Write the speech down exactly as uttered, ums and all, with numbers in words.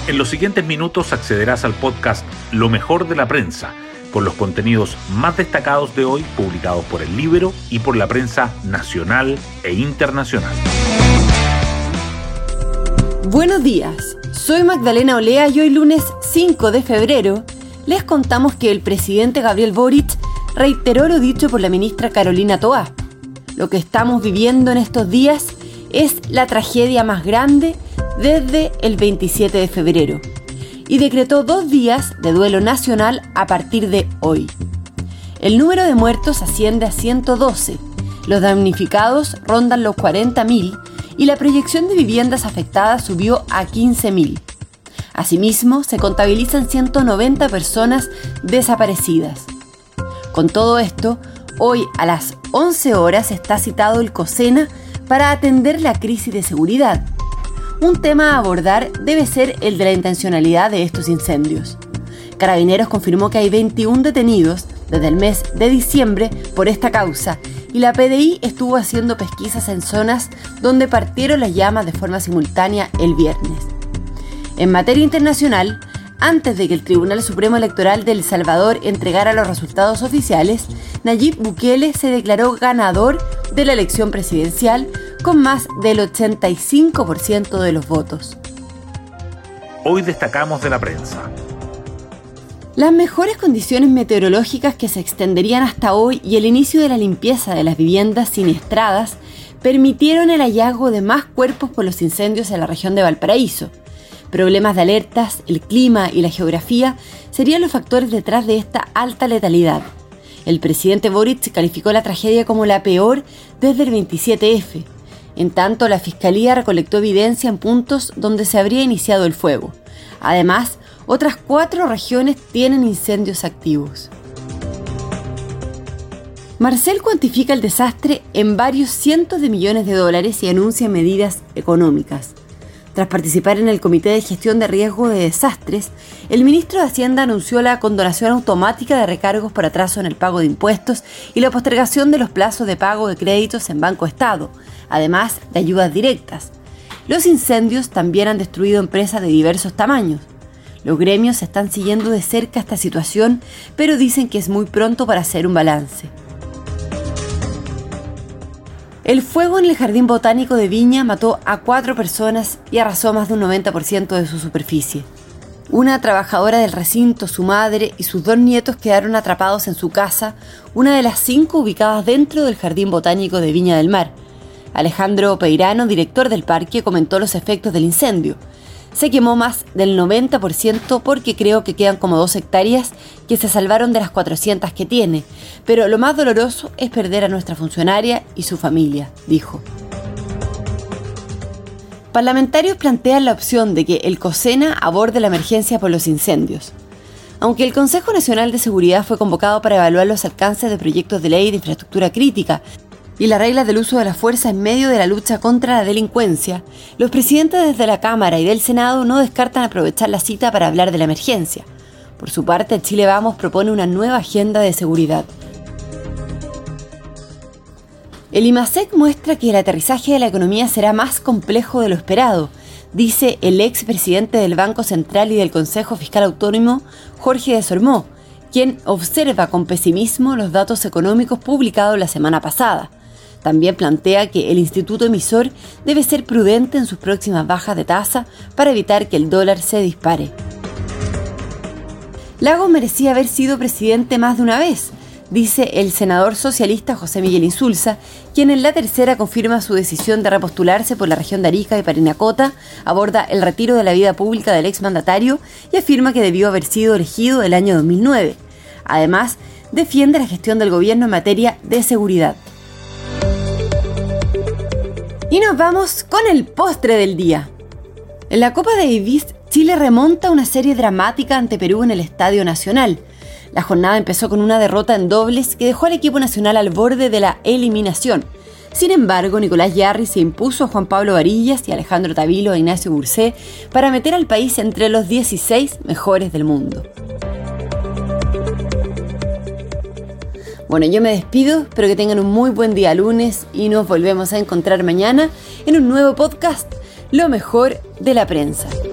En los siguientes minutos accederás al podcast Lo mejor de la prensa, con los contenidos más destacados de hoy publicados por El Líbero y por la prensa nacional e internacional. Buenos días, soy Magdalena Olea y hoy lunes cinco de febrero les contamos que el presidente Gabriel Boric reiteró lo dicho por la ministra Carolina Toá. Lo que estamos viviendo en estos días es la tragedia más grande desde el veintisiete de febrero y decretó dos días de duelo nacional a partir de hoy. El número de muertos asciende a ciento doce, los damnificados rondan los cuarenta mil y la proyección de viviendas afectadas subió a quince mil. Asimismo, se contabilizan ciento noventa personas desaparecidas. Con todo esto, hoy a las once horas está citado el COSENA para atender la crisis de seguridad. Un tema a abordar debe ser el de la intencionalidad de estos incendios. Carabineros confirmó que hay veintiún detenidos desde el mes de diciembre por esta causa y la P D I estuvo haciendo pesquisas en zonas donde partieron las llamas de forma simultánea el viernes. En materia internacional, antes de que el Tribunal Supremo Electoral de El Salvador entregara los resultados oficiales, Nayib Bukele se declaró ganador de la elección presidencial con más del ochenta y cinco por ciento de los votos. Hoy destacamos de la prensa. Las mejores condiciones meteorológicas que se extenderían hasta hoy y el inicio de la limpieza de las viviendas siniestradas permitieron el hallazgo de más cuerpos por los incendios en la región de Valparaíso. Problemas de alertas, el clima y la geografía serían los factores detrás de esta alta letalidad. El presidente Boric calificó la tragedia como la peor desde el veintisiete efe. En tanto, la Fiscalía recolectó evidencia en puntos donde se habría iniciado el fuego. Además, otras cuatro regiones tienen incendios activos. Marcel cuantifica el desastre en varios cientos de millones de dólares y anuncia medidas económicas. Tras participar en el Comité de Gestión de Riesgo de Desastres, el ministro de Hacienda anunció la condonación automática de recargos por atraso en el pago de impuestos y la postergación de los plazos de pago de créditos en Banco Estado, además de ayudas directas. Los incendios también han destruido empresas de diversos tamaños. Los gremios están siguiendo de cerca esta situación, pero dicen que es muy pronto para hacer un balance. El fuego en el Jardín Botánico de Viña mató a cuatro personas y arrasó más de un noventa por ciento de su superficie. Una trabajadora del recinto, su madre y sus dos nietos quedaron atrapados en su casa, una de las cinco ubicadas dentro del Jardín Botánico de Viña del Mar. Alejandro Peirano, director del parque, comentó los efectos del incendio. Se quemó más del noventa por ciento porque creo que quedan como dos hectáreas que se salvaron de las cuatrocientas que tiene, pero lo más doloroso es perder a nuestra funcionaria y su familia, dijo. Parlamentarios plantean la opción de que el COSENA aborde la emergencia por los incendios. Aunque el Consejo Nacional de Seguridad fue convocado para evaluar los alcances de proyectos de ley de infraestructura crítica y las reglas del uso de la fuerza en medio de la lucha contra la delincuencia, los presidentes desde la Cámara y del Senado no descartan aprovechar la cita para hablar de la emergencia. Por su parte, Chile Vamos propone una nueva agenda de seguridad. El IMASEC muestra que el aterrizaje de la economía será más complejo de lo esperado, dice el expresidente del Banco Central y del Consejo Fiscal Autónomo, Jorge de Sormó, quien observa con pesimismo los datos económicos publicados la semana pasada. También plantea que el instituto emisor debe ser prudente en sus próximas bajas de tasa para evitar que el dólar se dispare. Lagos merecía haber sido presidente más de una vez, dice el senador socialista José Miguel Insulza, quien en la tercera confirma su decisión de repostularse por la región de Arica y Parinacota, aborda el retiro de la vida pública del exmandatario y afirma que debió haber sido elegido el año dos mil nueve. Además, defiende la gestión del gobierno en materia de seguridad. Y nos vamos con el postre del día. En la Copa Davis, Chile remonta una serie dramática ante Perú en el Estadio Nacional. La jornada empezó con una derrota en dobles que dejó al equipo nacional al borde de la eliminación. Sin embargo, Nicolás Yarri se impuso a Juan Pablo Varillas y Alejandro Tavilo e Ignacio Burcé para meter al país entre los dieciséis mejores del mundo. Bueno, yo me despido, espero que tengan un muy buen día lunes y nos volvemos a encontrar mañana en un nuevo podcast, Lo mejor de la prensa.